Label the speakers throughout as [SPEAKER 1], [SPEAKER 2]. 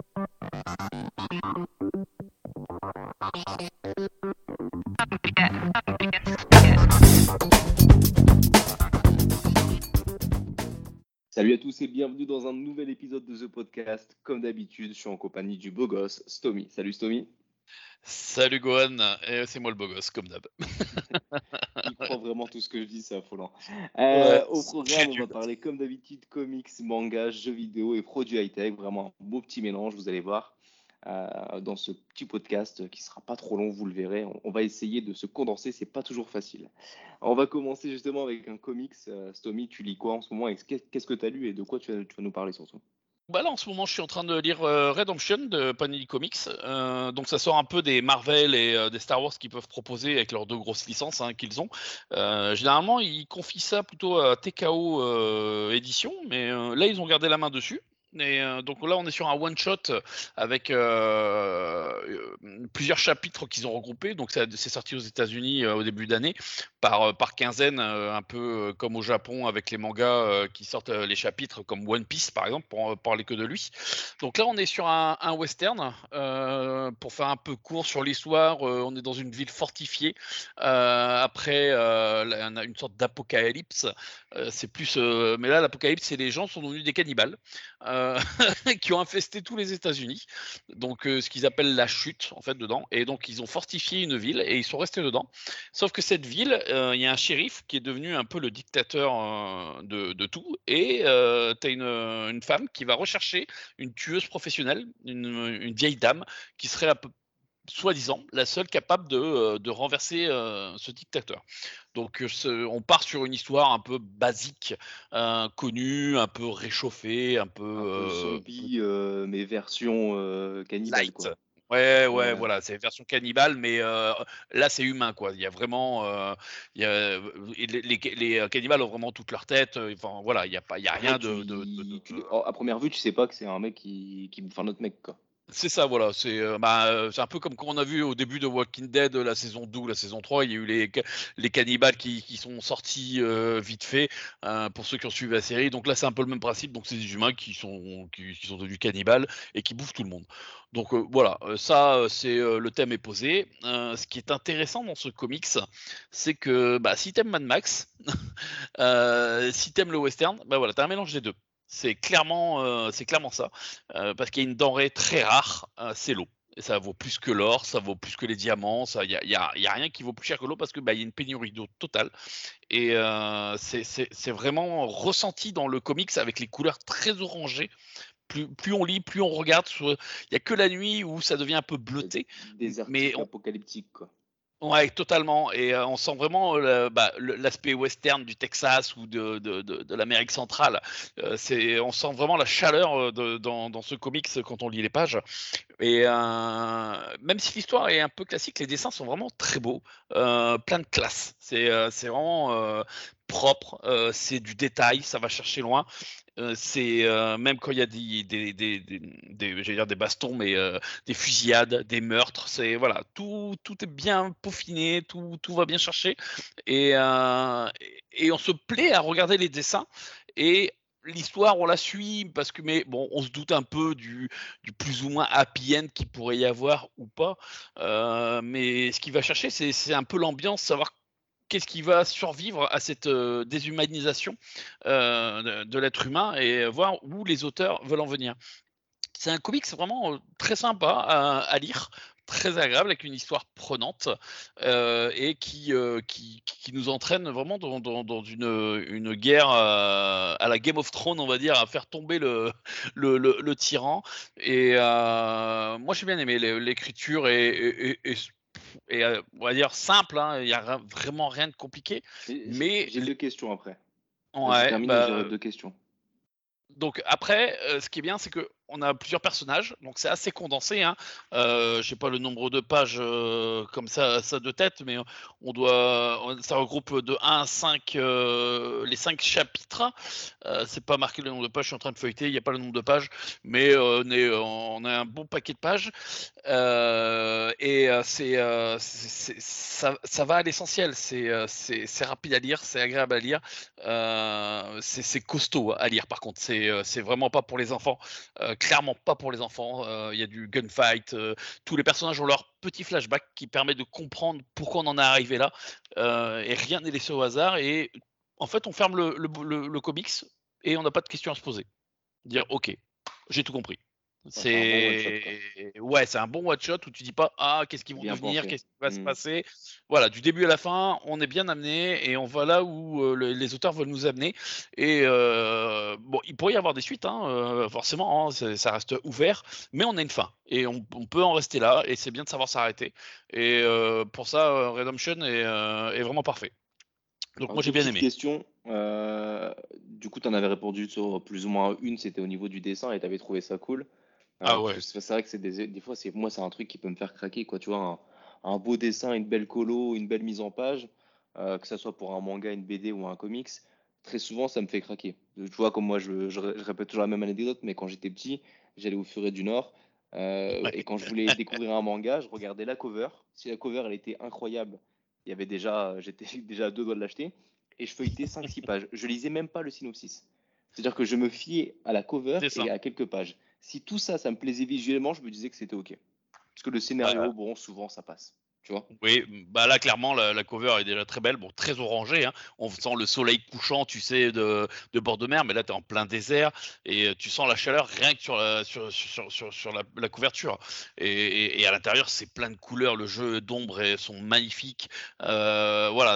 [SPEAKER 1] Salut à tous et bienvenue dans un nouvel épisode de The Podcast. Comme d'habitude, je suis en compagnie du beau gosse Stomy. Salut Stomy.
[SPEAKER 2] Salut Gohan, et c'est moi le beau gosse, comme d'hab.
[SPEAKER 1] Il croit vraiment tout ce que je dis, c'est affolant.
[SPEAKER 2] Ouais,
[SPEAKER 1] Au
[SPEAKER 2] c'est
[SPEAKER 1] programme, on va
[SPEAKER 2] nul.
[SPEAKER 1] parler comme d'habitude comics, mangas, jeux vidéo et produits high-tech. Vraiment un beau petit mélange, vous allez voir, dans ce petit podcast qui sera pas trop long, vous le verrez. On va essayer de se condenser, c'est pas toujours facile. Alors, on va commencer justement avec un comics. Stomy, tu lis quoi en ce moment et qu'est-ce que tu as lu et de quoi tu vas nous parler surtout?
[SPEAKER 2] Bah là en ce moment je suis en train de lire Redemption de Panini Comics, donc ça sort un peu des Marvel et des Star Wars qu'ils peuvent proposer avec leurs deux grosses licences qu'ils ont. Généralement ils confient ça plutôt à TKO édition, mais là ils ont gardé la main dessus. Et donc là on est sur un one shot avec plusieurs chapitres qu'ils ont regroupés, donc c'est sorti aux États-Unis au début d'année par quinzaine, un peu comme au Japon avec les mangas qui sortent les chapitres comme One Piece par exemple, pour parler que de lui. Donc là, on est sur un western. Pour faire un peu court sur l'histoire, on est dans une ville fortifiée après une sorte d'apocalypse. C'est plus, mais là, l'apocalypse, c'est les gens sont devenus des cannibales euh, qui ont infesté tous les États-Unis. Donc, ce qu'ils appellent la chute, en fait, dedans. Et donc, ils ont fortifié une ville et ils sont restés dedans. Sauf que cette ville, il y a un shérif qui est devenu un peu le dictateur de tout. Et tu as une femme qui va rechercher une tueuse professionnelle, une vieille dame, qui serait soi-disant la seule capable de renverser ce dictateur. Donc on part sur une histoire un peu basique, connue, un peu réchauffée, un
[SPEAKER 1] Un peu
[SPEAKER 2] peu
[SPEAKER 1] zombie, mais version cannibale,
[SPEAKER 2] light.
[SPEAKER 1] quoi.
[SPEAKER 2] Ouais,
[SPEAKER 1] Ouais.
[SPEAKER 2] voilà, c'est version cannibale, mais là c'est humain, quoi. Il y a vraiment, les cannibales ont vraiment toute leur tête. Enfin voilà, il y a
[SPEAKER 1] Ouais,
[SPEAKER 2] rien de.
[SPEAKER 1] à première vue, tu sais pas que c'est un mec qui bouffe un autre mec, quoi.
[SPEAKER 2] C'est ça, voilà. C'est un peu comme quand on a vu au début de Walking Dead, la saison 2, la saison 3, il y a eu les cannibales qui sont sortis vite fait, pour ceux qui ont suivi la série. Donc là, c'est un peu le même principe. Donc c'est des humains qui sont devenus cannibales et qui bouffent tout le monde. Donc voilà, ça, le thème est posé. Ce qui est intéressant dans ce comics, c'est que si t'aimes Mad Max, si t'aimes le western, voilà, t'as un mélange des deux. C'est clairement ça. Parce qu'il y a une denrée très rare, c'est l'eau. Et ça vaut plus que l'or, ça vaut plus que les diamants, y a rien qui vaut plus cher que l'eau parce que il y a une pénurie d'eau totale. Et c'est vraiment ressenti dans le comics avec les couleurs très orangées. Plus on lit, plus on regarde. Il y a que la nuit où ça devient un peu bleuté, mais
[SPEAKER 1] Désertique, apocalyptique, quoi.
[SPEAKER 2] ouais, totalement. Et on sent vraiment l'aspect western du Texas ou de l'Amérique centrale. On sent vraiment la chaleur dans ce comics quand on lit les pages. Et même si l'histoire est un peu classique, les dessins sont vraiment très beaux, plein de classe. C'est vraiment propre, c'est du détail, ça va chercher loin. C'est même quand il y a j'allais dire des bastons, mais des fusillades, des meurtres, c'est voilà, tout est bien peaufiné, tout va bien chercher, et on se plaît à regarder les dessins. Et l'histoire, on la suit parce que, mais bon, on se doute un peu du plus ou moins happy end qu'il pourrait y avoir ou pas. Mais ce qu'il va chercher, c'est un peu l'ambiance, savoir qu'est-ce qui va survivre à cette déshumanisation de l'être humain et voir où les auteurs veulent en venir. C'est un comics vraiment très sympa à lire, très agréable, avec une histoire prenante, et qui nous entraîne vraiment dans une guerre à la Game of Thrones, on va dire, à faire tomber le tyran. Et moi j'ai bien aimé l'écriture et on va dire simple, hein, il y a vraiment rien de compliqué, mais
[SPEAKER 1] J'ai deux questions après. Vas-y,
[SPEAKER 2] ouais,
[SPEAKER 1] termine et j'aurai deux questions.
[SPEAKER 2] donc après, ce qui est bien, c'est que on a plusieurs personnages, donc c'est assez condensé, hein. Je sais pas le nombre de pages comme ça de tête, mais ça regroupe de 1 à 5 les 5 chapitres. C'est pas marqué le nombre de pages, je suis en train de feuilleter, il y a pas le nombre de pages, mais on a un bon paquet de pages. Et ça va à l'essentiel. C'est rapide à lire, c'est agréable à lire. C'est costaud à lire. Par contre, c'est vraiment pas pour les enfants, clairement pas pour les enfants. Il y a du gunfight. Tous les personnages ont leur petit flashback qui permet de comprendre pourquoi on en est arrivé là. Et rien n'est laissé au hasard. Et en fait, on ferme le comics et on n'a pas de questions à se poser. Dire OK, j'ai tout compris.
[SPEAKER 1] Ouais, c'est un bon one shot, quoi.
[SPEAKER 2] Ouais, c'est un bon one shot où tu dis pas: «Ah, qu'est-ce qu'ils vont
[SPEAKER 1] Bien
[SPEAKER 2] devenir?
[SPEAKER 1] pensé.
[SPEAKER 2] Qu'est-ce qui va se passer?» Voilà, du début à la fin, on est bien amené et on va là où, les auteurs veulent nous amener. Et bon, il pourrait y avoir des suites, hein, forcément, hein, ça reste ouvert, mais on a une fin et on peut en rester là et c'est bien de savoir s'arrêter. Et pour ça, Redemption est vraiment parfait. Donc
[SPEAKER 1] Alors,
[SPEAKER 2] moi, j'ai
[SPEAKER 1] deux
[SPEAKER 2] bien
[SPEAKER 1] petites
[SPEAKER 2] aimé.
[SPEAKER 1] questions. Du coup, tu en avais répondu sur plus ou moins une, c'était au niveau du dessin et tu avais trouvé ça cool.
[SPEAKER 2] Ah
[SPEAKER 1] Parce
[SPEAKER 2] ouais.
[SPEAKER 1] que c'est vrai que des fois, moi, c'est un truc qui peut me faire craquer, quoi. Tu vois, un beau dessin, une belle colo, une belle mise en page, que ça soit pour un manga, une BD ou un comics, très souvent, ça me fait craquer. Tu vois, comme moi, je répète toujours la même anecdote, mais quand j'étais petit, j'allais au Furet du Nord. Et quand je voulais découvrir un manga, je regardais la cover. Si la cover, elle était incroyable, il y avait déjà, j'étais déjà à deux doigts de l'acheter. Et je feuilletais 5 6 pages. Je lisais même pas le synopsis. C'est-à-dire que je me fiais à la cover
[SPEAKER 2] C'est
[SPEAKER 1] et
[SPEAKER 2] ça.
[SPEAKER 1] à quelques pages. Si tout ça, ça me plaisait visuellement, je me disais que c'était OK. Parce que le
[SPEAKER 2] Bah
[SPEAKER 1] scénario, bon, souvent, ça passe. Tu vois?
[SPEAKER 2] oui, bah là clairement la cover est déjà très belle, bon très orangée, hein. On sent le soleil couchant, tu sais, de bord de mer, mais là tu es en plein désert et tu sens la chaleur rien que sur la couverture. Et à l'intérieur, c'est plein de couleurs, le jeu d'ombres sont magnifiques. Voilà,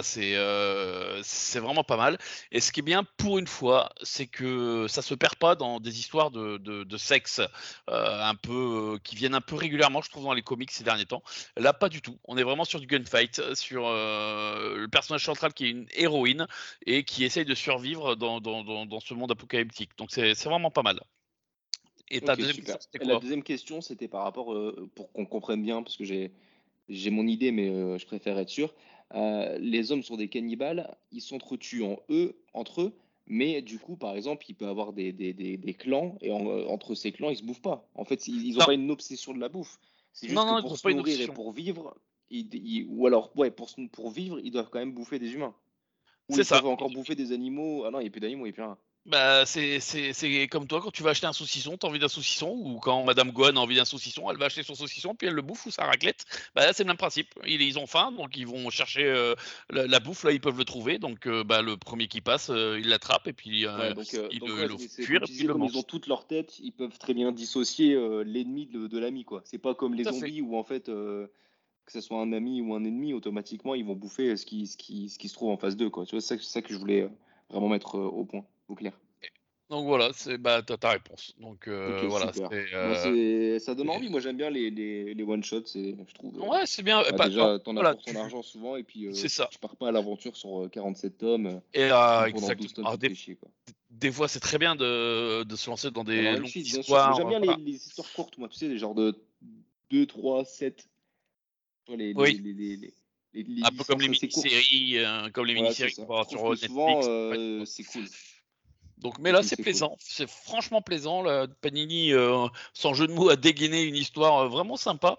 [SPEAKER 2] c'est vraiment pas mal. Et ce qui est bien pour une fois, c'est que ça se perd pas dans des histoires de sexe, un peu, qui viennent un peu régulièrement, je trouve, dans les comics ces derniers temps. Là, pas du tout. On est vraiment sur du gunfight, sur le personnage central qui est une héroïne et qui essaye de survivre dans ce monde apocalyptique. Donc c'est vraiment pas mal. Et ta
[SPEAKER 1] OK,
[SPEAKER 2] deuxième
[SPEAKER 1] super.
[SPEAKER 2] question, c'était
[SPEAKER 1] Et la
[SPEAKER 2] quoi?
[SPEAKER 1] deuxième question, c'était par rapport, pour qu'on comprenne bien, parce que j'ai mon idée, mais je préfère être sûr. Les hommes sont des cannibales, ils s'entretuent entre eux, mais du coup, par exemple, il peut y avoir des clans, et entre ces clans, ils se bouffent pas. En fait, ils ont
[SPEAKER 2] Non,
[SPEAKER 1] pas une obsession de la bouffe. C'est
[SPEAKER 2] non,
[SPEAKER 1] juste que
[SPEAKER 2] non, ils
[SPEAKER 1] pour
[SPEAKER 2] n'ont
[SPEAKER 1] se
[SPEAKER 2] pas une
[SPEAKER 1] nourrir et
[SPEAKER 2] obsession.
[SPEAKER 1] pour vivre, ou alors, ouais, pour vivre, ils doivent quand même bouffer des humains. Ou
[SPEAKER 2] C'est
[SPEAKER 1] ils
[SPEAKER 2] ça.
[SPEAKER 1] peuvent encore bouffer des animaux. Ah non, il n'y a plus d'animaux, il n'y a plus rien.
[SPEAKER 2] Bah, c'est comme toi quand tu vas acheter un saucisson, tu as envie d'un saucisson, ou quand madame Gohan a envie d'un saucisson, elle va acheter son saucisson puis elle le bouffe ou sa raclette. Bah là, c'est le même principe. Ils ont faim, donc ils vont chercher la bouffe, là ils peuvent le trouver. Donc bah, le premier qui passe, il l'attrape et puis
[SPEAKER 1] Ouais, donc
[SPEAKER 2] il
[SPEAKER 1] ouais,
[SPEAKER 2] le fait
[SPEAKER 1] c'est comme
[SPEAKER 2] cuire et
[SPEAKER 1] tu
[SPEAKER 2] puis il
[SPEAKER 1] disais,
[SPEAKER 2] le
[SPEAKER 1] comme ils ont
[SPEAKER 2] mange.
[SPEAKER 1] toute leur tête, ils peuvent très bien dissocier l'ennemi de l'ami, quoi. C'est pas comme les
[SPEAKER 2] Tout à fait.
[SPEAKER 1] zombies où en fait, que ce soit un ami ou un ennemi, automatiquement ils vont bouffer ce qui se trouve en face d'eux, quoi. Tu vois, c'est ça que je voulais vraiment mettre au point, au clair.
[SPEAKER 2] Donc voilà, c'est bah, t'as ta réponse. Donc
[SPEAKER 1] Ok,
[SPEAKER 2] voilà,
[SPEAKER 1] super. Bah ça donne
[SPEAKER 2] c'est-
[SPEAKER 1] envie. Moi j'aime bien les one shots, je trouve.
[SPEAKER 2] ouais, c'est bien.
[SPEAKER 1] Bah,
[SPEAKER 2] Alors,
[SPEAKER 1] déjà, t'en as
[SPEAKER 2] voilà,
[SPEAKER 1] pour ton argent souvent, et puis
[SPEAKER 2] c'est ça.
[SPEAKER 1] tu pars pas à l'aventure sur 47 tomes.
[SPEAKER 2] Et
[SPEAKER 1] Sinon pendant 12
[SPEAKER 2] exactement.
[SPEAKER 1] tomes
[SPEAKER 2] Alors,
[SPEAKER 1] ça te fait chier, quoi.
[SPEAKER 2] des fois, c'est très bien de se lancer dans
[SPEAKER 1] D'avoir
[SPEAKER 2] des
[SPEAKER 1] une
[SPEAKER 2] longues
[SPEAKER 1] suite, bien sûr. Mais
[SPEAKER 2] histoires.
[SPEAKER 1] j'aime bien les,
[SPEAKER 2] Voilà.
[SPEAKER 1] les histoires courtes, moi, tu sais, les genres de 2 3 7. Tu vois,
[SPEAKER 2] Oui.
[SPEAKER 1] les
[SPEAKER 2] Un peu comme les
[SPEAKER 1] licences assez courtes.
[SPEAKER 2] mini-séries,
[SPEAKER 1] Voilà, c'est
[SPEAKER 2] qu'on
[SPEAKER 1] ça.
[SPEAKER 2] peut
[SPEAKER 1] Je
[SPEAKER 2] avoir
[SPEAKER 1] trouve
[SPEAKER 2] sur
[SPEAKER 1] que souvent,
[SPEAKER 2] Netflix et compagnie, quoi.
[SPEAKER 1] c'est cool.
[SPEAKER 2] Donc, mais
[SPEAKER 1] C'est
[SPEAKER 2] là,
[SPEAKER 1] cool,
[SPEAKER 2] c'est
[SPEAKER 1] c'est cool.
[SPEAKER 2] plaisant. C'est franchement plaisant. Là, Panini, sans jeu de mots, a dégainé une histoire vraiment sympa.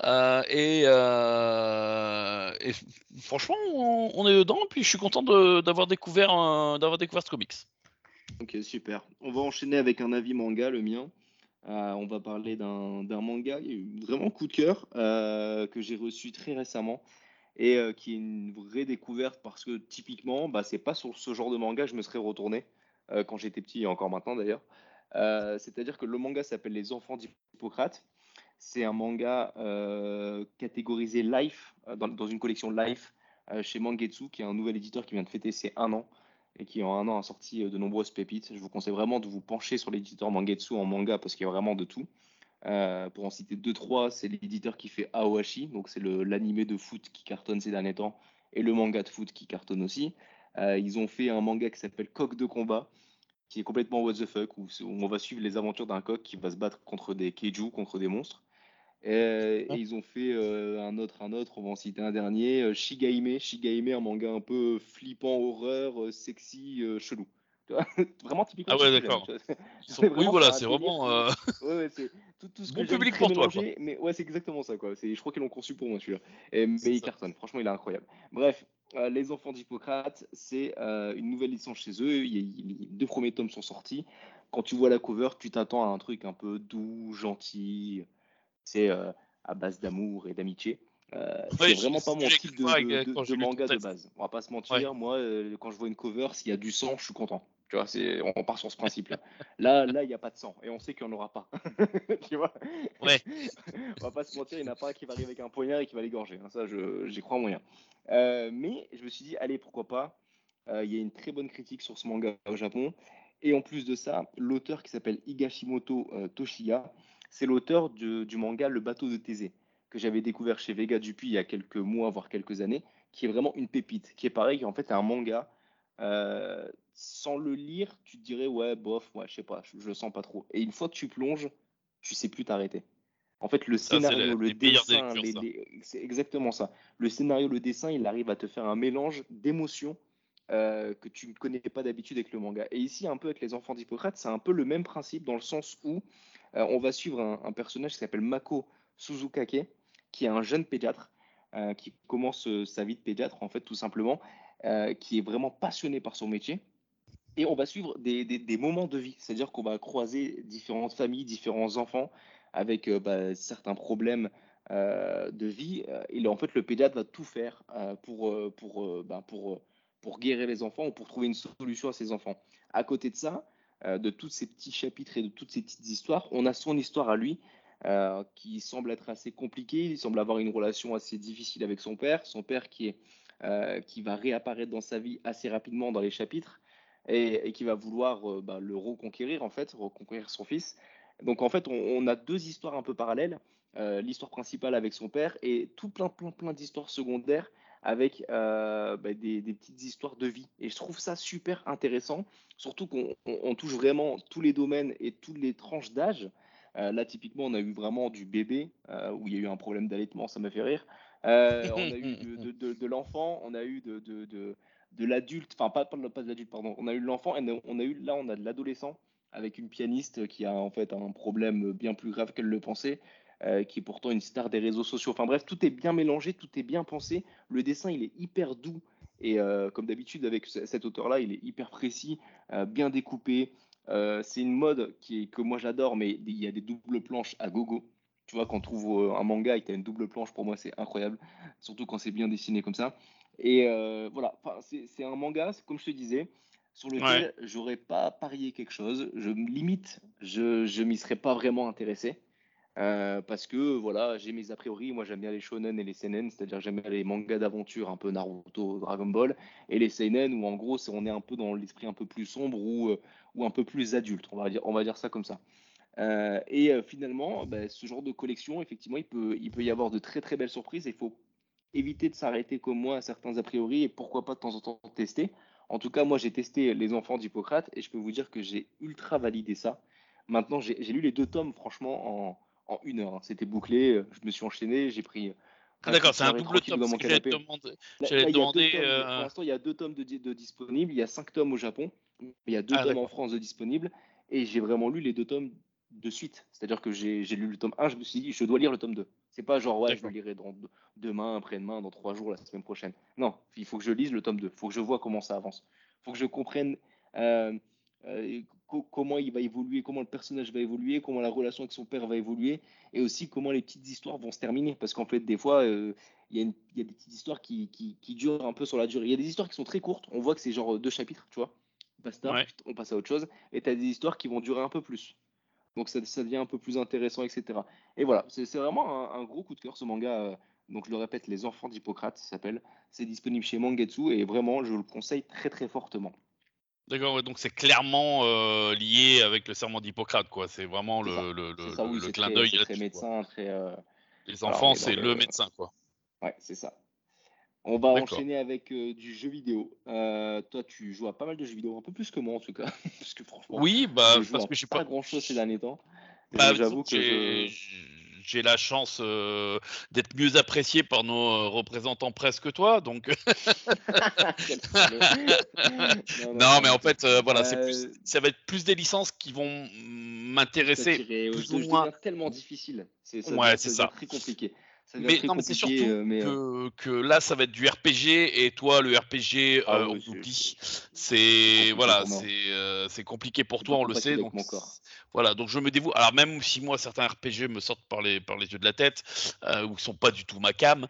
[SPEAKER 2] Et franchement, on est dedans. Puis je suis content d'avoir découvert ce comics.
[SPEAKER 1] Ok, super. On va enchaîner avec un avis manga, le mien. On va parler d'un manga vraiment coup de cœur que j'ai reçu très récemment et qui est une vraie découverte parce que typiquement, bah, c'est pas sur ce genre de manga que je me serais retourné quand j'étais petit et encore maintenant d'ailleurs. C'est-à-dire que le manga s'appelle Les Enfants d'Hippocrate. C'est un manga catégorisé Life, dans une collection Life chez Mangetsu, qui est un nouvel éditeur qui vient de fêter ses 1 an et qui en 1 an a sorti de nombreuses pépites. Je vous conseille vraiment de vous pencher sur l'éditeur Mangetsu en manga parce qu'il y a vraiment de tout. Pour en citer deux, trois, c'est l'éditeur qui fait Aoashi, donc c'est l'animé de foot qui cartonne ces derniers temps, et le manga de foot qui cartonne aussi. Ils ont fait un manga qui s'appelle Coq de combat, qui est complètement what the fuck, où on va suivre les aventures d'un coq qui va se battre contre des kaiju, contre des monstres. Et ils ont fait un autre, on va en citer un dernier, Shigahime, un manga un peu flippant, horreur, sexy, chelou. Tu vois, vraiment typiquement
[SPEAKER 2] Ah
[SPEAKER 1] tout ce
[SPEAKER 2] ouais,
[SPEAKER 1] que j'aime.
[SPEAKER 2] d'accord.
[SPEAKER 1] Tu vois. C'est
[SPEAKER 2] Oui,
[SPEAKER 1] vraiment c'est
[SPEAKER 2] voilà,
[SPEAKER 1] un
[SPEAKER 2] c'est
[SPEAKER 1] délire
[SPEAKER 2] vraiment
[SPEAKER 1] qui, ouais, ouais, c'est tout ce que
[SPEAKER 2] bon
[SPEAKER 1] j'aime
[SPEAKER 2] public
[SPEAKER 1] très
[SPEAKER 2] pour toi, quoi.
[SPEAKER 1] mélangé, mais ouais, c'est exactement ça, quoi. Je crois qu'ils l'ont conçu pour moi celui-là. Mais
[SPEAKER 2] C'est
[SPEAKER 1] il
[SPEAKER 2] ça.
[SPEAKER 1] cartonne, franchement, il est incroyable. Bref, Les Enfants d'Hippocrate, c'est une nouvelle licence chez eux. Les 2 premiers tomes sont sortis. quand tu vois la cover, tu t'attends à un truc un peu doux, gentil, c'est à base d'amour et d'amitié. C'est
[SPEAKER 2] Ouais,
[SPEAKER 1] vraiment
[SPEAKER 2] c'est
[SPEAKER 1] pas
[SPEAKER 2] ce que
[SPEAKER 1] mon
[SPEAKER 2] j'ai cru
[SPEAKER 1] type
[SPEAKER 2] voir quand
[SPEAKER 1] de
[SPEAKER 2] j'ai lu ton
[SPEAKER 1] manga de
[SPEAKER 2] texte.
[SPEAKER 1] base. On va pas se
[SPEAKER 2] Ouais,
[SPEAKER 1] mentir, moi, quand je vois une cover, s'il y a du sang, je suis content. Tu vois, on part sur ce principe-là. Là, il n'y a pas de sang et on sait qu'il n'y en aura pas. Tu vois,
[SPEAKER 2] ouais.
[SPEAKER 1] on va pas se mentir, il n'y en a pas un qui va arriver avec un poignard et qui va l'égorger, hein. Ça, j'y crois moyen. Mais je me suis dit, allez, pourquoi pas. Il y a une très bonne critique sur ce manga au Japon. Et en plus de ça, l'auteur qui s'appelle Higashimoto Toshiya, c'est l'auteur du manga Le bateau de Thésée, que j'avais découvert chez Vega Dupuis il y a quelques mois, voire quelques années, qui est vraiment une pépite, qui est pareil, qui en fait est un manga. Sans le lire, tu te dirais, ouais, bof, ouais, je sais pas, je le sens pas trop. Et une fois que tu plonges, tu sais plus t'arrêter. En fait, le
[SPEAKER 2] Ça, c'est
[SPEAKER 1] scénario, le
[SPEAKER 2] les meilleures des
[SPEAKER 1] dessin,
[SPEAKER 2] lectures, ça.
[SPEAKER 1] c'est exactement ça. Le scénario, le dessin, il arrive à te faire un mélange d'émotions que tu ne connais pas d'habitude avec le manga. Et ici, un peu avec les enfants d'Hippocrate, c'est un peu le même principe dans le sens où on va suivre un personnage qui s'appelle Mako Suzukake, qui est un jeune pédiatre, qui commence sa vie de pédiatre, en fait, tout simplement, qui est vraiment passionné par son métier. Et on va suivre des moments de vie, c'est-à-dire qu'on va croiser différentes familles, différents enfants avec certains problèmes de vie. Et là, en fait, le pédiatre va tout faire pour guérir les enfants ou pour trouver une solution à ces enfants. À côté de ça, de tous ces petits chapitres et de toutes ces petites histoires, on a son histoire à lui qui semble être assez compliquée. Il semble avoir une relation assez difficile avec son père qui va réapparaître dans sa vie assez rapidement dans les chapitres et qui va vouloir le reconquérir, en fait, reconquérir son fils. Donc, en fait, on a deux histoires un peu parallèles. L'histoire principale avec son père et tout plein d'histoires secondaires avec des petites histoires de vie. Et je trouve ça super intéressant, surtout qu'on touche vraiment tous les domaines et toutes les tranches d'âge. Là, typiquement, on a eu vraiment du bébé, où il y a eu un problème d'allaitement, ça m'a fait rire. On a eu de l'enfant, on a eu de l'adulte, enfin pas de l'adulte, pardon, on a eu l'enfant et on a de l'adolescent avec une pianiste qui a en fait un problème bien plus grave qu'elle le pensait, qui est pourtant une star des réseaux sociaux. Enfin bref, tout est bien mélangé, tout est bien pensé. Le dessin, il est hyper doux et comme d'habitude avec cet auteur-là, il est hyper précis, bien découpé. C'est une mode que moi j'adore, mais il y a des doubles planches à gogo. Tu vois, quand on trouve un manga et que tu as une double planche, pour moi, c'est incroyable. Surtout quand c'est bien dessiné comme ça. Et voilà, enfin, c'est un manga, comme je te disais, sur
[SPEAKER 2] Ouais.
[SPEAKER 1] lequel j'aurais pas parié quelque chose. Limite, je m'y serais pas vraiment intéressé. Parce que voilà, j'ai mes a priori. Moi, j'aime bien les shonen et les seinen, c'est-à-dire j'aime bien les mangas d'aventure, un peu Naruto, Dragon Ball, et les seinen où en gros, on est un peu dans l'esprit un peu plus sombre ou un peu plus adulte. On va dire ça comme ça. Finalement, ce genre de collection, effectivement, il peut y avoir de très très belles surprises. Il faut éviter de s'arrêter comme moi à certains a priori et pourquoi pas de temps en temps tester. En tout cas, moi j'ai testé Les Enfants d'Hippocrate et je peux vous dire que j'ai ultra validé ça. Maintenant, j'ai lu les deux tomes franchement en une heure, hein. C'était bouclé, je me suis enchaîné, j'ai pris
[SPEAKER 2] Ah,
[SPEAKER 1] ma
[SPEAKER 2] d'accord,
[SPEAKER 1] petite
[SPEAKER 2] c'est un
[SPEAKER 1] soirée
[SPEAKER 2] double
[SPEAKER 1] tranquille
[SPEAKER 2] tome.
[SPEAKER 1] dans
[SPEAKER 2] C'est
[SPEAKER 1] mon
[SPEAKER 2] que
[SPEAKER 1] canapé.
[SPEAKER 2] j'allais
[SPEAKER 1] Là,
[SPEAKER 2] te
[SPEAKER 1] il y a deux
[SPEAKER 2] demander.
[SPEAKER 1] tomes, pour l'instant, il y a deux tomes de disponibles. Il y a 5 tomes au Japon, il y a deux
[SPEAKER 2] Ah,
[SPEAKER 1] tomes en
[SPEAKER 2] d'accord.
[SPEAKER 1] France de disponibles. Et j'ai vraiment lu les deux tomes de suite. C'est-à-dire que j'ai lu le tome 1, je me suis dit, je dois lire le tome 2. C'est pas genre, ouais, je le
[SPEAKER 2] D'accord.
[SPEAKER 1] lirai demain, après-demain, dans 3 jours, la semaine prochaine. Non, il faut que je lise le tome 2. Il faut que je vois comment ça avance. Il faut que je comprenne euh, comment il va évoluer, comment le personnage va évoluer, comment la relation avec son père va évoluer, et aussi comment les petites histoires vont se terminer. Parce qu'en fait, des fois, il y a des petites histoires qui durent un peu sur la durée. Il y a des histoires qui sont très courtes. On voit que c'est genre 2 chapitres, tu vois. Basta,
[SPEAKER 2] Ouais.
[SPEAKER 1] on passe à autre chose. Et tu as des histoires qui vont durer un peu plus. Donc ça devient un peu plus intéressant, etc. Et voilà, c'est vraiment un gros coup de cœur ce manga. Donc je le répète, Les Enfants d'Hippocrate, ça s'appelle. C'est disponible chez Mangetsu et vraiment, je le conseille très très fortement.
[SPEAKER 2] D'accord, ouais, donc c'est clairement lié avec le serment d'Hippocrate, quoi. C'est vraiment
[SPEAKER 1] C'est ça. C'est ça, oui,
[SPEAKER 2] le clin d'œil
[SPEAKER 1] c'est très
[SPEAKER 2] là-dessus, quoi.
[SPEAKER 1] médecin, très.
[SPEAKER 2] Les
[SPEAKER 1] Voilà, on
[SPEAKER 2] enfants,
[SPEAKER 1] est dans
[SPEAKER 2] c'est
[SPEAKER 1] le.
[SPEAKER 2] le médecin, quoi.
[SPEAKER 1] Ouais, c'est ça. On va
[SPEAKER 2] D'accord.
[SPEAKER 1] enchaîner avec du jeu vidéo. Toi, tu joues à pas mal de jeux vidéo, un peu plus que moi en tout cas, parce que franchement,
[SPEAKER 2] Oui,
[SPEAKER 1] je
[SPEAKER 2] bah
[SPEAKER 1] joue
[SPEAKER 2] parce
[SPEAKER 1] à
[SPEAKER 2] que je suis pas.
[SPEAKER 1] pas grand-chose ces derniers temps.
[SPEAKER 2] Disons
[SPEAKER 1] J'avoue
[SPEAKER 2] que
[SPEAKER 1] que je.
[SPEAKER 2] j'ai la chance d'être mieux apprécié par nos représentants presse que toi, donc.
[SPEAKER 1] Quel salaud. Non, non,
[SPEAKER 2] Non,
[SPEAKER 1] pas
[SPEAKER 2] mais
[SPEAKER 1] du
[SPEAKER 2] en
[SPEAKER 1] tout.
[SPEAKER 2] fait, voilà, ça va être plus des licences qui vont
[SPEAKER 1] Plus
[SPEAKER 2] m'intéresser
[SPEAKER 1] t'attirer.
[SPEAKER 2] plus ou
[SPEAKER 1] Je
[SPEAKER 2] moins.
[SPEAKER 1] deviens tellement difficile.
[SPEAKER 2] Ouais, c'est
[SPEAKER 1] Ça devient
[SPEAKER 2] ça.
[SPEAKER 1] très compliqué. Ça devient
[SPEAKER 2] Mais
[SPEAKER 1] très
[SPEAKER 2] non, mais c'est
[SPEAKER 1] compliqué,
[SPEAKER 2] surtout que là, ça va être du RPG et toi, le RPG,
[SPEAKER 1] ah
[SPEAKER 2] on
[SPEAKER 1] oui,
[SPEAKER 2] oublie.
[SPEAKER 1] c'est
[SPEAKER 2] C'est
[SPEAKER 1] compliqué
[SPEAKER 2] voilà,
[SPEAKER 1] pour moi.
[SPEAKER 2] c'est compliqué pour
[SPEAKER 1] C'est
[SPEAKER 2] toi,
[SPEAKER 1] pas
[SPEAKER 2] on le sait.
[SPEAKER 1] compatible avec
[SPEAKER 2] Donc
[SPEAKER 1] mon corps.
[SPEAKER 2] voilà, donc je me dévoue. Alors même si moi, certains RPG me sortent par les yeux de la tête, ou qui sont pas du tout ma cam,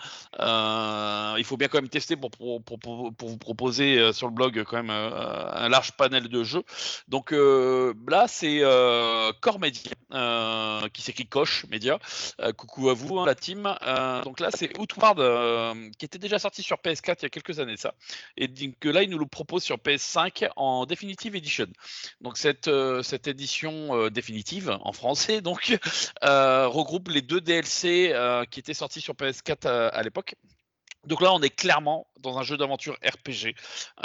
[SPEAKER 2] il faut bien quand même tester pour vous proposer sur le blog quand même un large panel de jeux. Donc là, c'est Core Media, qui s'écrit Koch Media. Coucou à vous, hein, la team. Donc là, c'est Outward, qui était déjà sorti sur PS4 il y a quelques années, ça. Et donc là, il nous le propose sur PS5 en Definitive Edition. Donc cette édition définitive, en français, donc, regroupe les 2 DLC qui étaient sortis sur PS4 à l'époque. Donc là, on est clairement dans un jeu d'aventure RPG,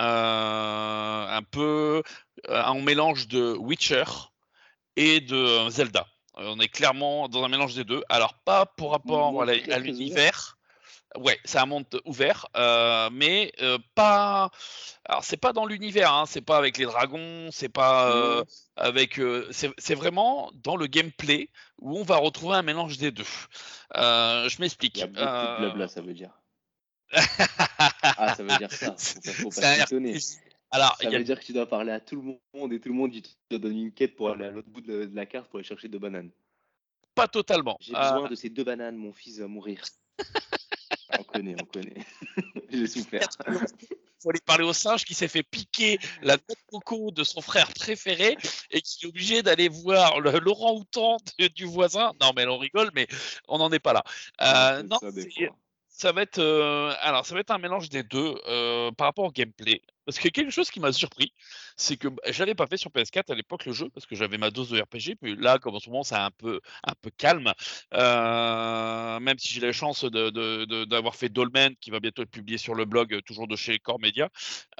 [SPEAKER 2] un peu un mélange de Witcher et de Zelda. On est clairement dans un mélange des deux. Alors, pas pour rapport
[SPEAKER 1] Monde très
[SPEAKER 2] à
[SPEAKER 1] très ouvert.
[SPEAKER 2] l'univers. Ouais, c'est un monde ouvert, mais pas. Alors, c'est pas dans l'univers, hein, c'est pas avec les dragons, c'est pas
[SPEAKER 1] Non,
[SPEAKER 2] avec. C'est vraiment dans le gameplay où on va retrouver un mélange des deux. Je
[SPEAKER 1] il y a
[SPEAKER 2] m'explique.
[SPEAKER 1] beaucoup de blabla, ça veut dire. Ah, ça veut dire ça. Faut pas
[SPEAKER 2] C'est un
[SPEAKER 1] s'étonner.
[SPEAKER 2] RPG. Alors, il
[SPEAKER 1] Ça
[SPEAKER 2] y a
[SPEAKER 1] veut dire que tu dois parler à tout le monde et tout le monde, il te donne une quête pour aller à l'autre bout de la carte pour aller chercher 2 bananes.
[SPEAKER 2] pas totalement.
[SPEAKER 1] J'ai besoin de ces 2 bananes, mon fils va mourir. Ah, on connaît, on connaît. J'ai souffert.
[SPEAKER 2] Faut aller parler au singe qui s'est fait piquer la noix de coco de son frère préféré et qui est obligé d'aller voir l'orang-outan du voisin. Non, mais on rigole, mais on n'en est pas là.
[SPEAKER 1] C'est un peu
[SPEAKER 2] Non,
[SPEAKER 1] ça des fois.
[SPEAKER 2] ça va être, alors ça va être un mélange des deux par rapport au gameplay. Parce que quelque chose qui m'a surpris, c'est que je l'avais pas fait sur PS4 à l'époque le jeu parce que j'avais ma dose de RPG. Puis là, comme en ce moment, c'est un peu calme. Même si j'ai la chance d'avoir fait Dolmen, qui va bientôt être publié sur le blog, toujours de chez Core Media.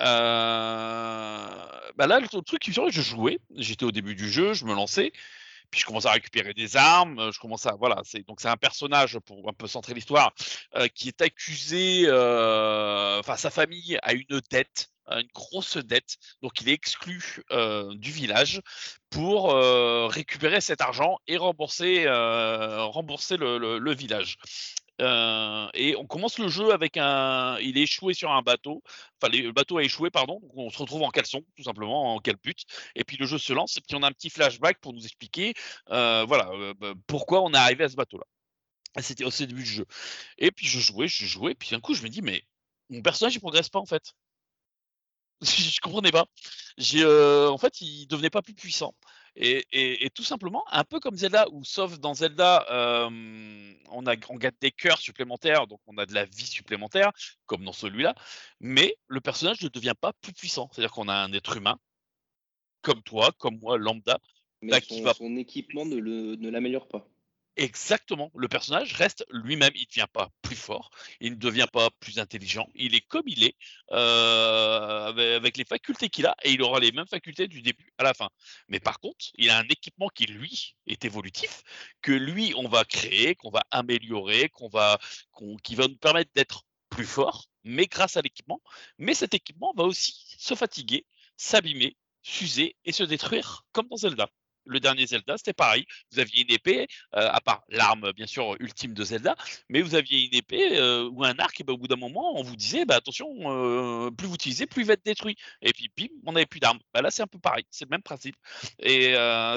[SPEAKER 2] Bah là, le truc qui me surprit, je jouais. J'étais au début du jeu, je me lançais. Puis je commence à récupérer des armes, je commence à voilà, c'est un personnage pour un peu centrer l'histoire qui est accusé, enfin sa famille a une grosse dette, donc il est exclu du village pour récupérer cet argent et rembourser le village. Et on commence le jeu avec il est échoué sur un bateau, enfin le bateau a échoué pardon, donc on se retrouve en caleçon tout simplement, en calbut, et puis le jeu se lance et puis on a un petit flashback pour nous expliquer voilà pourquoi on est arrivé à ce bateau là. C'était au début du jeu. Et puis je jouais, puis d'un coup je me dis mais mon personnage il progresse pas en fait. Je comprenais pas. En fait, il devenait pas plus puissant et tout simplement, un peu comme Zelda ou sauf dans Zelda, on gagne des cœurs supplémentaires, donc on a de la vie supplémentaire, comme dans celui-là, mais le personnage ne devient pas plus puissant. C'est-à-dire qu'on a un être humain, comme toi, comme moi, lambda,
[SPEAKER 1] Mais
[SPEAKER 2] bah, qui va
[SPEAKER 1] son équipement ne l'améliore pas.
[SPEAKER 2] exactement, le personnage reste lui-même, il ne devient pas plus fort, il ne devient pas plus intelligent, il est comme il est, avec les facultés qu'il a et il aura les mêmes facultés du début à la fin. Mais par contre, il a un équipement qui lui est évolutif, que lui on va créer, qu'on va améliorer, qui va nous permettre d'être plus fort, mais grâce à l'équipement. Mais cet équipement va aussi se fatiguer, s'abîmer, s'user et se détruire comme dans Zelda. Le dernier Zelda, c'était pareil. Vous aviez une épée, à part l'arme bien sûr ultime de Zelda, mais vous aviez une épée ou un arc, et ben, au bout d'un moment, on vous disait bah, attention, plus vous utilisez, plus il va être détruit. Et puis bim, on n'avait plus d'armes. Bah, là, c'est un peu pareil, c'est le même principe. Et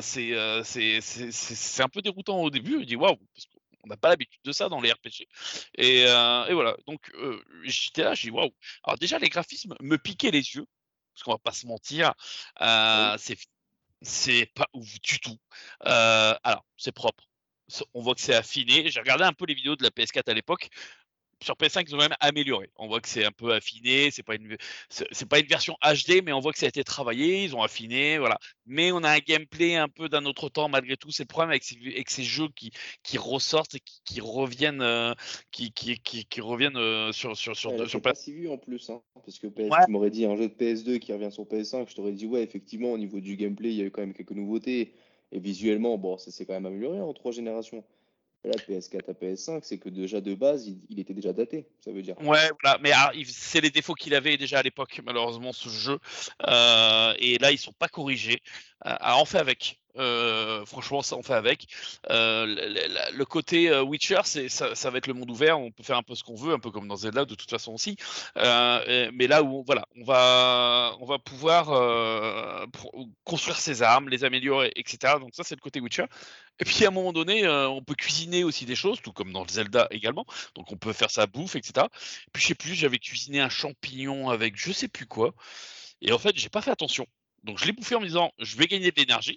[SPEAKER 2] c'est un peu déroutant au début. Je dis waouh, parce qu'on n'a pas l'habitude de ça dans les RPG. Et voilà, donc j'étais là, je dis waouh. Alors déjà, les graphismes me piquaient les yeux, parce qu'on va pas se mentir,
[SPEAKER 1] Oui.
[SPEAKER 2] c'est pas ouf du tout. Alors, c'est propre. On voit que c'est affiné. J'ai regardé un peu les vidéos de la PS4 à l'époque. Sur PS5, ils ont même amélioré. On voit que c'est un peu affiné. C'est pas une version HD, mais on voit que ça a été travaillé. Ils ont affiné, voilà. Mais on a un gameplay un peu d'un autre temps malgré tout. C'est le problème avec ces jeux qui ressortent et qui reviennent, qui reviennent
[SPEAKER 1] Ouais, là,
[SPEAKER 2] sur
[SPEAKER 1] c'est
[SPEAKER 2] PS.
[SPEAKER 1] pas si vu en plus, hein, parce que
[SPEAKER 2] Ouais,
[SPEAKER 1] tu m'aurais dit un jeu de PS2 qui revient sur PS5, je t'aurais dit ouais, effectivement, au niveau du gameplay, il y a eu quand même quelques nouveautés. Et visuellement, bon, ça s'est quand même amélioré en 3 générations. Et là, de PS4 à PS5, c'est que déjà de base, il était déjà daté, ça veut dire.
[SPEAKER 2] ouais, voilà, mais c'est les défauts qu'il avait déjà à l'époque, malheureusement, ce jeu. Et là, ils sont pas corrigés. on fait avec. Franchement, ça, on fait avec. Le côté Witcher, ça va être le monde ouvert. On peut faire un peu ce qu'on veut, un peu comme dans Zelda, de toute façon aussi. Mais là où, voilà, on va pouvoir construire ses armes, les améliorer, etc. Donc ça, c'est le côté Witcher. Et puis à un moment donné, on peut cuisiner aussi des choses, tout comme dans Zelda également. Donc on peut faire sa bouffe, etc. Puis je sais plus, j'avais cuisiné un champignon avec je sais plus quoi. Et en fait, j'ai pas fait attention. Donc je l'ai bouffé en me disant, je vais gagner de l'énergie.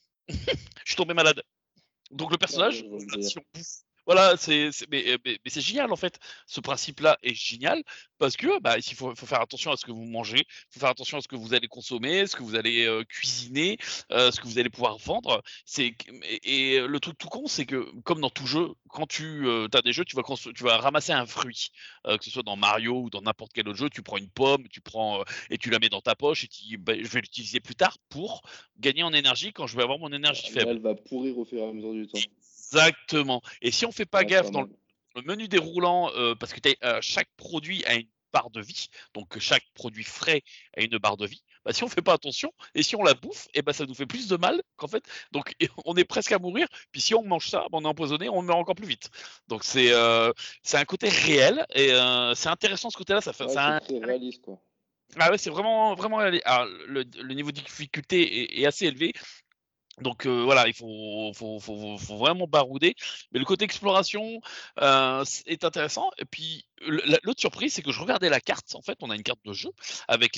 [SPEAKER 2] Je suis tombé malade. Donc le
[SPEAKER 1] Ah ouais,
[SPEAKER 2] personnage,
[SPEAKER 1] je vois le
[SPEAKER 2] si
[SPEAKER 1] délire.
[SPEAKER 2] on bouffe, voilà, mais c'est génial en fait. Ce principe-là est génial parce que bah, il faut faire attention à ce que vous mangez, il faut faire attention à ce que vous allez consommer, ce que vous allez cuisiner, ce que vous allez pouvoir vendre. Et le truc tout con, c'est que comme dans tout jeu, quand tu as des jeux, tu vas ramasser un fruit, que ce soit dans Mario ou dans n'importe quel autre jeu, tu prends une pomme, et tu la mets dans ta poche et tu dis bah, je vais l'utiliser plus tard pour gagner en énergie quand je vais avoir mon énergie
[SPEAKER 1] Là,
[SPEAKER 2] faible.
[SPEAKER 1] elle va pourrir au fur et à mesure du temps.
[SPEAKER 2] Exactement. Et si on fait pas
[SPEAKER 1] Ouais,
[SPEAKER 2] gaffe
[SPEAKER 1] pas
[SPEAKER 2] dans
[SPEAKER 1] mal.
[SPEAKER 2] le menu déroulant, parce que chaque produit a une barre de vie, donc chaque produit frais a une barre de vie. Bah, si on fait pas attention et si on la bouffe, et ben ça nous fait plus de mal qu'en fait. Donc on est presque à mourir. Puis si on mange ça, ben, on est empoisonné, on meurt encore plus vite. Donc c'est un côté réel et c'est intéressant ce côté-là.
[SPEAKER 1] Ouais, c'est très réaliste, quoi.
[SPEAKER 2] Ah ouais, c'est vraiment vraiment. Alors, le niveau de difficulté est assez élevé. Donc voilà, il faut vraiment barouder. Mais le côté exploration est intéressant. Et puis l'autre surprise, c'est que je regardais la carte. En fait, on a une carte de jeu avec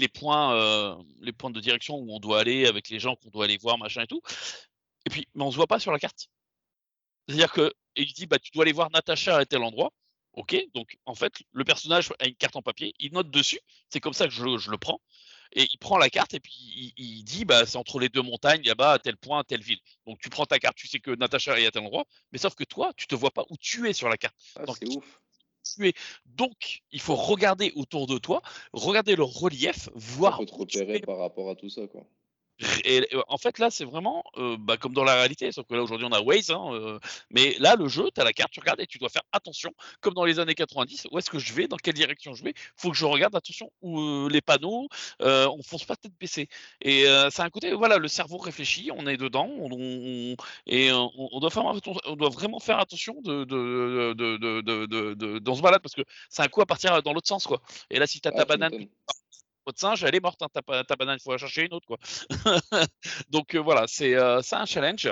[SPEAKER 2] les points de direction où on doit aller, avec les gens qu'on doit aller voir, machin et tout. Et puis, mais on se voit pas sur la carte. C'est-à-dire que il dit, bah tu dois aller voir Natacha à tel endroit. Ok, donc en fait, le personnage a une carte en papier, il note dessus. C'est comme ça que je le prends. Et il prend la carte et puis il dit bah c'est entre les deux montagnes là-bas à tel point à telle ville. Donc tu prends ta carte, tu sais que Natacha est à tel endroit, mais sauf que toi tu te vois pas où tu es sur la carte.
[SPEAKER 1] Ah,
[SPEAKER 2] Donc
[SPEAKER 1] c'est ouf.
[SPEAKER 2] tu es. Donc il faut regarder autour de toi, regarder le relief,
[SPEAKER 1] Ouais,
[SPEAKER 2] voir
[SPEAKER 1] faut te
[SPEAKER 2] où tu
[SPEAKER 1] repérer
[SPEAKER 2] es.
[SPEAKER 1] par rapport à tout ça, quoi.
[SPEAKER 2] Et en fait, là, c'est vraiment bah, comme dans la réalité, sauf que là, aujourd'hui, on a Waze, hein, mais là, le jeu, tu as la carte, tu regardes et tu dois faire attention, comme dans les années 90, où est-ce que je vais, dans quelle direction je vais, faut que je regarde, attention, où les panneaux, on fonce pas tête baissée. Et c'est un côté, voilà, le cerveau réfléchit, on est dedans, on doit on doit vraiment faire attention dans ce balade, parce que c'est un coup à partir dans l'autre sens, quoi. Et là, si tu as
[SPEAKER 1] Ah,
[SPEAKER 2] ta
[SPEAKER 1] tu
[SPEAKER 2] banane
[SPEAKER 1] m'étonnes.
[SPEAKER 2] votre singe, elle est morte, hein, ta banane, il faut la chercher une autre, quoi. Donc voilà, c'est un challenge.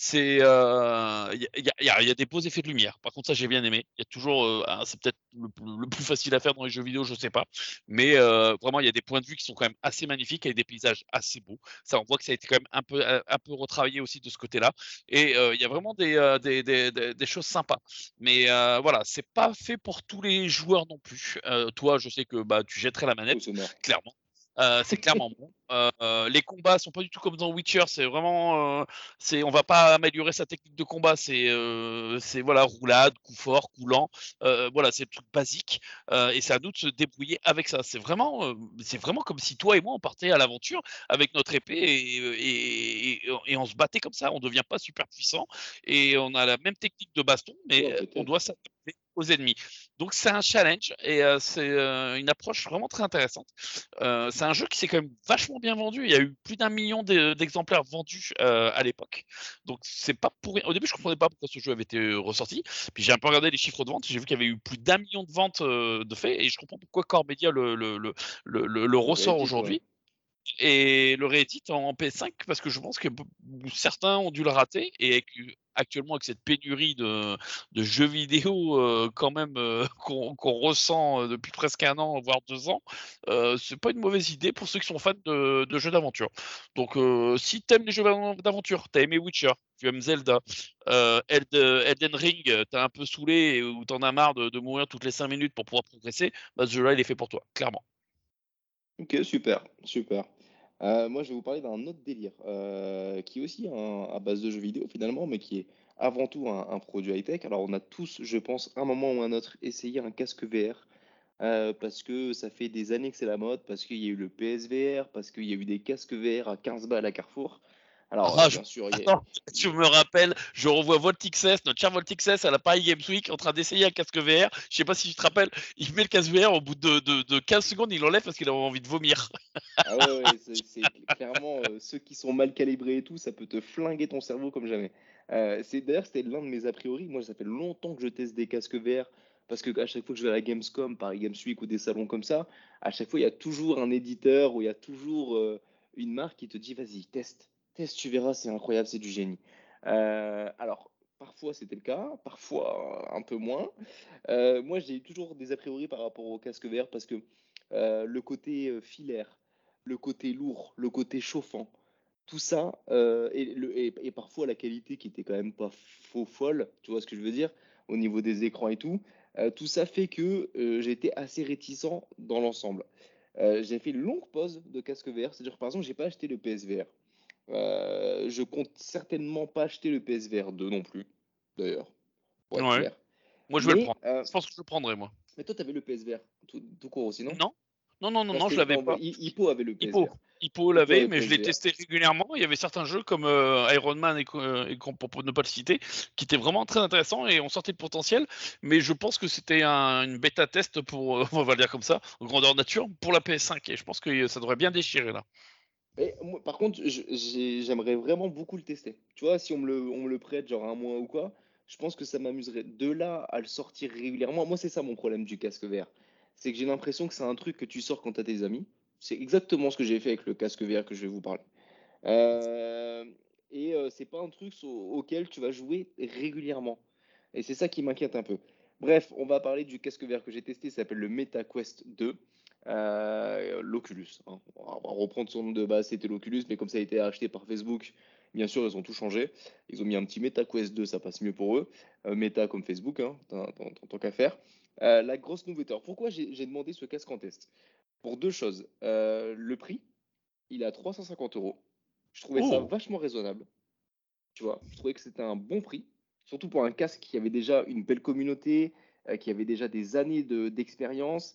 [SPEAKER 2] Il y a des beaux effets de lumière. Par contre, ça, j'ai bien aimé. Il y a toujours, c'est peut-être le plus facile à faire dans les jeux vidéo, je sais pas. Mais vraiment, il y a des points de vue qui sont quand même assez magnifiques avec des paysages assez beaux. Ça, on voit que ça a été quand même un peu retravaillé aussi de ce côté-là. Et il y a vraiment des choses sympas. Mais voilà, c'est pas fait pour tous les joueurs non plus. Toi, je sais que bah, tu jetterais la
[SPEAKER 1] Oh,
[SPEAKER 2] manette,
[SPEAKER 1] c'est mort.
[SPEAKER 2] clairement. C'est clairement bon. Les combats sont pas du tout comme dans Witcher. C'est vraiment, on va pas améliorer sa technique de combat. C'est voilà, roulade, coup fort, coup lent. Voilà, c'est le truc basique. Et c'est à nous de se débrouiller avec ça. C'est vraiment comme si toi et moi on partait à l'aventure avec notre épée et on se battait comme ça. On devient pas super puissant et on a la même technique de baston, mais
[SPEAKER 1] Ouais,
[SPEAKER 2] on
[SPEAKER 1] peut-être.
[SPEAKER 2] doit s'adapter aux ennemis. Donc c'est un challenge et c'est une approche vraiment très intéressante. C'est un jeu qui s'est quand même vachement bien vendu. Il y a eu plus d'1 million d'exemplaires vendus à l'époque. Donc c'est pas pour rien. Au début, je comprenais pas pourquoi ce jeu avait été ressorti. Puis j'ai un peu regardé les chiffres de vente. J'ai vu qu'il y avait eu plus d'1 million de ventes de fait. Et je comprends pourquoi Core Media le
[SPEAKER 1] Le
[SPEAKER 2] ressort
[SPEAKER 1] réédite, ouais.
[SPEAKER 2] aujourd'hui et le réédite en PS5 parce que je pense que certains ont dû le rater et actuellement avec cette pénurie de jeux vidéo quand même qu'on ressent depuis presque 1 an voire 2 ans, c'est pas une mauvaise idée pour ceux qui sont fans de jeux d'aventure. Donc si t'aimes les jeux d'aventure, t'as aimé Witcher, tu aimes Zelda, Elden Ring, t'as un peu saoulé ou t'en as marre de mourir toutes les 5 minutes pour pouvoir progresser, bah, ce jeu-là il est fait pour toi, clairement.
[SPEAKER 1] Ok, super, super. Moi, je vais vous parler d'un autre délire, qui est aussi à base de jeux vidéo finalement, mais qui est avant tout un produit high-tech. Alors, on a tous, je pense, un moment ou un autre, essayé un casque VR, parce que ça fait des années que c'est la mode, parce qu'il y a eu le PSVR, parce qu'il y a eu des casques VR à 15 balles à Carrefour. Alors,
[SPEAKER 2] Ah,
[SPEAKER 1] bien sûr,
[SPEAKER 2] attends, tu me rappelles, je revois Voltixes, notre cher Voltixes à la Paris Games Week en train d'essayer un casque VR. Je sais pas si tu te rappelles, il met le casque VR, au bout de 15 secondes, il l'enlève parce qu'il a envie de vomir.
[SPEAKER 1] ah ouais, ouais, c'est clairement ceux qui sont mal calibrés et tout, ça peut te flinguer ton cerveau comme jamais. D'ailleurs, c'était l'un de mes a priori. Moi, ça fait longtemps que je teste des casques VR parce que à chaque fois que je vais à la Gamescom, Paris Games Week ou des salons comme ça, à chaque fois, il y a toujours un éditeur ou il y a toujours une marque qui te dit, vas-y, teste, tu verras, c'est incroyable, c'est du génie. Alors, parfois c'était le cas, parfois un peu moins. Moi, j'ai eu toujours des a priori par rapport au casque VR parce que le côté filaire, le côté lourd, le côté chauffant, tout ça, et parfois la qualité qui était quand même pas faux folle, tu vois ce que je veux dire, au niveau des écrans et tout, tout ça fait que j'ai été assez réticent dans l'ensemble. J'ai fait une longue pause de casque VR, c'est-à-dire que par exemple, j'ai pas acheté le PSVR. Je compte certainement pas acheter le PSVR 2 non plus, d'ailleurs, pour être
[SPEAKER 2] Ouais,
[SPEAKER 1] clair.
[SPEAKER 2] moi je vais le
[SPEAKER 1] Mais,
[SPEAKER 2] prendre. Je pense que je le prendrai, moi.
[SPEAKER 1] mais toi, tu avais le PSVR tout court aussi, non?
[SPEAKER 2] Non, non, non, non,
[SPEAKER 1] Non,
[SPEAKER 2] non, je l'avais
[SPEAKER 1] non, bah,
[SPEAKER 2] pas.
[SPEAKER 1] Hippo avait le
[SPEAKER 2] Hippo.
[SPEAKER 1] PSVR.
[SPEAKER 2] Hippo
[SPEAKER 1] Hippo
[SPEAKER 2] l'avait,
[SPEAKER 1] avait
[SPEAKER 2] mais je l'ai
[SPEAKER 1] PSVR.
[SPEAKER 2] testé régulièrement. Il y avait certains jeux comme Iron Man pour ne pas le citer, qui étaient vraiment très intéressants et ont sorti le potentiel. Mais je pense que c'était une bêta test pour, on va le dire comme ça, grandeur nature, pour la PS5. Et je pense que ça devrait bien déchirer là.
[SPEAKER 1] Mais moi, par contre, j'aimerais vraiment beaucoup le tester. Tu vois, si on me le prête, genre un mois ou quoi, je pense que ça m'amuserait. De là à le sortir régulièrement, moi, c'est ça mon problème du casque VR. C'est que j'ai l'impression que c'est un truc que tu sors quand t'as tes amis. C'est exactement ce que j'ai fait avec le casque VR que je vais vous parler. Euh, c'est pas un truc auquel tu vas jouer régulièrement. Et c'est ça qui m'inquiète un peu. Bref, on va parler du casque VR que j'ai testé, ça s'appelle le MetaQuest 2, l'Oculus, hein. On va reprendre son nom de base, c'était l'Oculus, mais comme ça a été acheté par Facebook, bien sûr, ils ont tout changé. Ils ont mis un petit MetaQuest 2, ça passe mieux pour eux. Meta comme Facebook, hein, tant qu'à faire. La grosse nouveauté. Alors pourquoi j'ai demandé ce casque en test? Pour deux choses. Le prix, il est à 350 euros. Je trouvais ça
[SPEAKER 2] Oh,
[SPEAKER 1] vachement raisonnable, tu vois. Je trouvais que c'était un bon prix, surtout pour un casque qui avait déjà une belle communauté, qui avait déjà des années d'expérience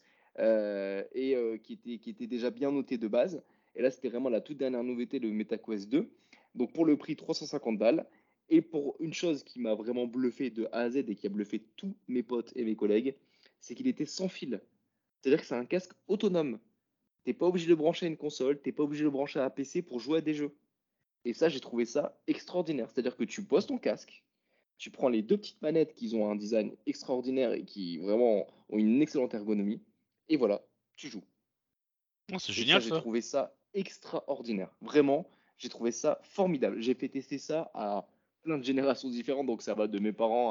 [SPEAKER 1] qui était déjà bien noté de base. Et là, c'était vraiment la toute dernière nouveauté, le MetaQuest 2. Donc pour le prix 350 balles. Et pour une chose qui m'a vraiment bluffé de A à Z et qui a bluffé tous mes potes et mes collègues, c'est qu'il était sans fil. C'est-à-dire que c'est un casque autonome. T'es pas obligé de le brancher à une console, t'es pas obligé de le brancher à un PC pour jouer à des jeux. Et ça, j'ai trouvé ça extraordinaire. C'est-à-dire que tu poses ton casque, tu prends les deux petites manettes qui ont un design extraordinaire et qui vraiment ont une excellente ergonomie, et voilà, tu joues.
[SPEAKER 2] oh, c'est
[SPEAKER 1] Et ça,
[SPEAKER 2] génial
[SPEAKER 1] j'ai
[SPEAKER 2] ça.
[SPEAKER 1] trouvé ça extraordinaire. Vraiment, j'ai trouvé ça formidable. J'ai fait tester ça à plein de générations différentes, donc ça va de mes parents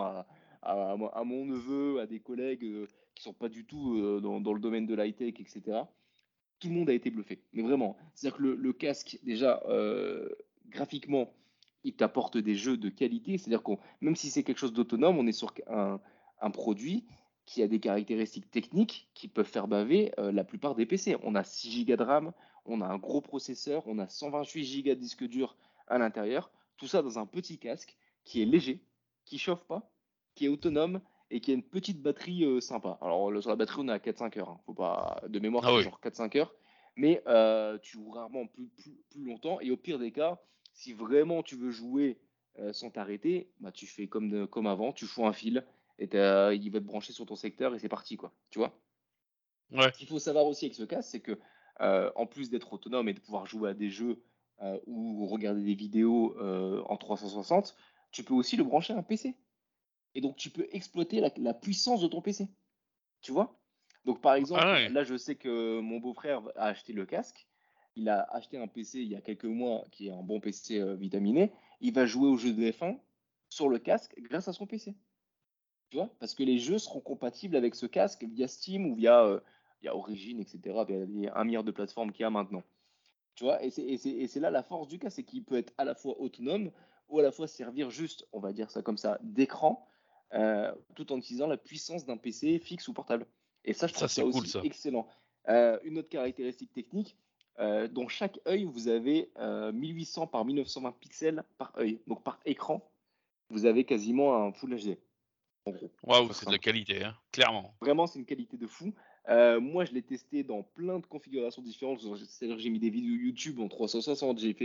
[SPEAKER 1] à mon neveu, à des collègues qui sont pas du tout dans le domaine de l'high-tech, etc. Tout le monde a été bluffé. Mais vraiment, c'est-à-dire que le casque, déjà, graphiquement, il t'apporte des jeux de qualité. C'est-à-dire qu'on, même si c'est quelque chose d'autonome, on est sur un produit qui a des caractéristiques techniques qui peuvent faire baver la plupart des PC. On a 6 Go de RAM, on a un gros processeur, on a 128 Go de disque dur à l'intérieur. Tout ça dans un petit casque qui est léger, qui chauffe pas, qui est autonome et qui a une petite batterie sympa. Alors sur la batterie, on est à 4-5 heures, hein. Faut pas, de mémoire,
[SPEAKER 2] Ah
[SPEAKER 1] c'est
[SPEAKER 2] oui.
[SPEAKER 1] genre 4-5 heures. Mais tu joues rarement plus longtemps. Et au pire des cas, si vraiment tu veux jouer sans t'arrêter, bah, tu fais comme avant, tu fous un fil et il va te brancher sur ton secteur et c'est parti, quoi. Tu vois?
[SPEAKER 2] Ouais.
[SPEAKER 1] Ce qu'il faut savoir aussi avec ce casque, c'est que en plus d'être autonome et de pouvoir jouer à des jeux ou regarder des vidéos en 360, tu peux aussi le brancher à un PC. Et donc, tu peux exploiter la puissance de ton PC. Tu vois? Donc, par
[SPEAKER 2] Ah
[SPEAKER 1] exemple,
[SPEAKER 2] ouais.
[SPEAKER 1] là, je sais que mon beau-frère a acheté le casque. Il a acheté un PC il y a quelques mois qui est un bon PC vitaminé. Il va jouer aux jeux de F1 sur le casque grâce à son PC. Tu vois? Parce que les jeux seront compatibles avec ce casque via Steam ou via Origin, etc. Il y a un milliard de plateformes qu'il y a maintenant. Tu vois? Et c'est là la force du casque, c'est qu'il peut être à la fois autonome ou à la fois servir juste, on va dire ça comme ça, d'écran, tout en utilisant la puissance d'un PC fixe ou portable. Et ça, je
[SPEAKER 2] Ça
[SPEAKER 1] trouve
[SPEAKER 2] c'est
[SPEAKER 1] ça
[SPEAKER 2] cool
[SPEAKER 1] aussi
[SPEAKER 2] ça.
[SPEAKER 1] excellent. Une autre caractéristique technique, dans chaque œil, vous avez 1800 par 1920 pixels par œil. Donc par écran, vous avez quasiment un Full HD, en gros, pour
[SPEAKER 2] Waouh,
[SPEAKER 1] faire
[SPEAKER 2] c'est de la
[SPEAKER 1] simple.
[SPEAKER 2] qualité, hein, clairement.
[SPEAKER 1] Vraiment, c'est une qualité de fou. Moi, je l'ai testé dans plein de configurations différentes. C'est-à-dire que j'ai mis des vidéos YouTube en 360, j'ai fait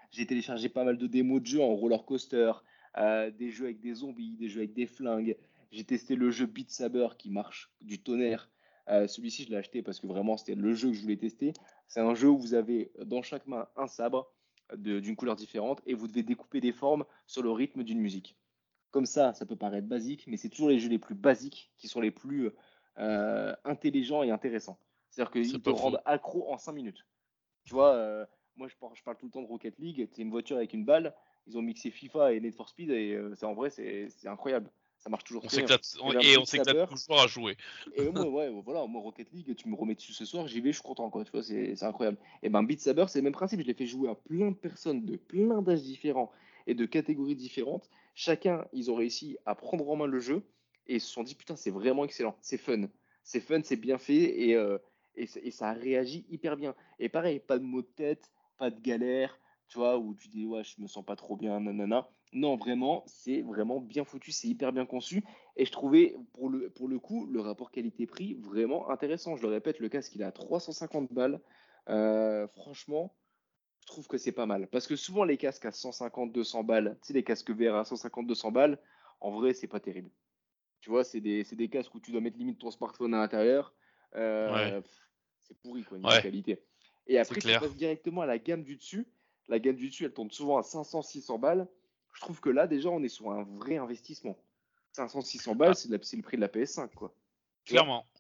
[SPEAKER 1] J'ai téléchargé pas mal de démos de jeux en roller coaster, des jeux avec des zombies, des jeux avec des flingues. J'ai testé le jeu Beat Saber qui marche du tonnerre. Celui-ci, je l'ai acheté parce que vraiment, c'était le jeu que je voulais tester. C'est un jeu où vous avez dans chaque main un sabre d'une couleur différente et vous devez découper des formes sur le rythme d'une musique. Comme ça peut paraître basique, mais c'est toujours les jeux les plus basiques qui sont les plus intelligents et intéressants. C'est-à-dire
[SPEAKER 2] C'est
[SPEAKER 1] qu'ils te
[SPEAKER 2] pas faux.
[SPEAKER 1] rendent accro en 5 minutes. Tu vois, moi je parle tout le temps de Rocket League, c'est une voiture avec une balle, ils ont mixé FIFA et Need for Speed et en vrai c'est incroyable, ça marche toujours
[SPEAKER 2] On
[SPEAKER 1] très bien.
[SPEAKER 2] s'éclate
[SPEAKER 1] Et ben
[SPEAKER 2] et on
[SPEAKER 1] Beat
[SPEAKER 2] s'éclate
[SPEAKER 1] Saber,
[SPEAKER 2] toujours à jouer.
[SPEAKER 1] et moi ouais voilà, moi Rocket League, tu me remets dessus ce soir, j'y vais, je suis content quoi, tu vois, c'est incroyable. Et ben Beat Saber c'est le même principe, je l'ai fait jouer à plein de personnes de plein d'âges différents et de catégories différentes. Chacun, ils ont réussi à prendre en main le jeu et ils se sont dit putain c'est vraiment excellent, c'est fun, c'est bien fait et ça réagit hyper bien. Et pareil, pas de maux de tête, pas de galère, tu vois, où tu dis ouais, je me sens pas trop bien, nanana. Non, vraiment, c'est vraiment bien foutu, c'est hyper bien conçu. Et je trouvais, pour le coup, le rapport qualité-prix vraiment intéressant. Je le répète, le casque, il est à 350 balles. Franchement, je trouve que c'est pas mal. Parce que souvent, les casques à 150, 200 balles, tu sais, les casques VR à 150, 200 balles, en vrai, c'est pas terrible. Tu vois, c'est des casques où tu dois mettre limite ton smartphone à l'intérieur.
[SPEAKER 2] Ouais,
[SPEAKER 1] C'est pourri, quoi, niveau
[SPEAKER 2] ouais,
[SPEAKER 1] qualité. Et
[SPEAKER 2] c'est
[SPEAKER 1] après, tu
[SPEAKER 2] clair.
[SPEAKER 1] passes directement à la gamme du dessus. La gamme du dessus, elle tourne souvent à 500, 600 balles. Je trouve que là, déjà, on est sur un vrai investissement. 500, 600 balles,
[SPEAKER 2] Ah,
[SPEAKER 1] c'est le prix de la PS5, quoi. Tu vois?
[SPEAKER 2] clairement.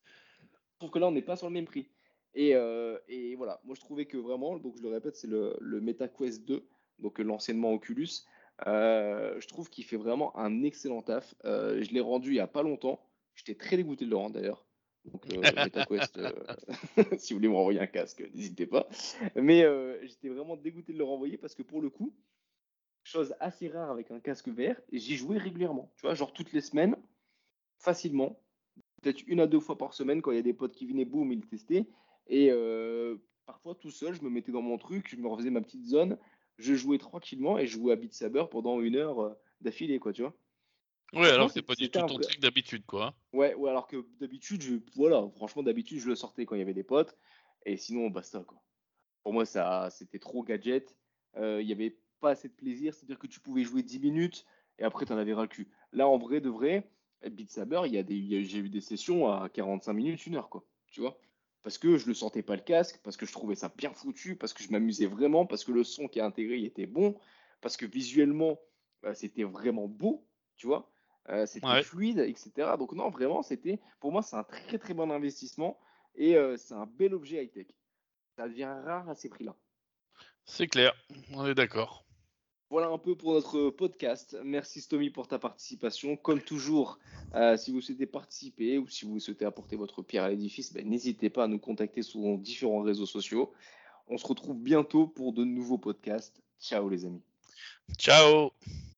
[SPEAKER 1] Je trouve que là, on n'est pas sur le même prix. Et voilà, moi je trouvais que vraiment, donc je le répète, c'est le MetaQuest 2, donc l'anciennement Oculus. Je trouve qu'il fait vraiment un excellent taf. Je l'ai rendu il n'y a pas longtemps. J'étais très dégoûté de le rendre d'ailleurs. Donc MetaQuest, si vous voulez me renvoyer un casque, n'hésitez pas. Mais j'étais vraiment dégoûté de le renvoyer parce que pour le coup, chose assez rare avec un casque VR, j'y jouais régulièrement. Tu vois, genre toutes les semaines, facilement peut-être une à deux fois par semaine quand il y a des potes qui venaient, boum, ils testaient. Et parfois tout seul, je me mettais dans mon truc, je me refaisais ma petite zone, je jouais tranquillement et je jouais à Beat Saber pendant une heure d'affilée, quoi, tu vois.
[SPEAKER 2] Ouais,
[SPEAKER 1] Franchement,
[SPEAKER 2] alors que c'est pas du
[SPEAKER 1] c'était
[SPEAKER 2] tout
[SPEAKER 1] un
[SPEAKER 2] ton
[SPEAKER 1] vrai.
[SPEAKER 2] truc d'habitude, quoi.
[SPEAKER 1] Ouais, ouais, alors que d'habitude, voilà, franchement, d'habitude, je le sortais quand il y avait des potes et sinon, basta, quoi. Pour moi, ça, c'était trop gadget. Il y avait pas assez de plaisir, c'est-à-dire que tu pouvais jouer 10 minutes et après, t'en avais ras le cul. Là, en vrai de vrai, Beat Saber, j'ai eu des sessions à 45 minutes, une heure, quoi. Tu vois? Parce que je ne sentais pas le casque, parce que je trouvais ça bien foutu, parce que je m'amusais vraiment, parce que le son qui est intégré il était bon, parce que visuellement, c'était vraiment beau, tu vois? C'était
[SPEAKER 2] Ouais,
[SPEAKER 1] fluide, etc. Donc non, vraiment, pour moi, c'est un très très bon investissement et c'est un bel objet high-tech. Ça devient rare à ces prix-là.
[SPEAKER 2] c'est clair. On est d'accord.
[SPEAKER 1] Voilà un peu pour notre podcast. Merci Stomy pour ta participation. Comme toujours, si vous souhaitez participer ou si vous souhaitez apporter votre pierre à l'édifice, ben, n'hésitez pas à nous contacter sur nos différents réseaux sociaux. On se retrouve bientôt pour de nouveaux podcasts. Ciao les amis.
[SPEAKER 2] Ciao!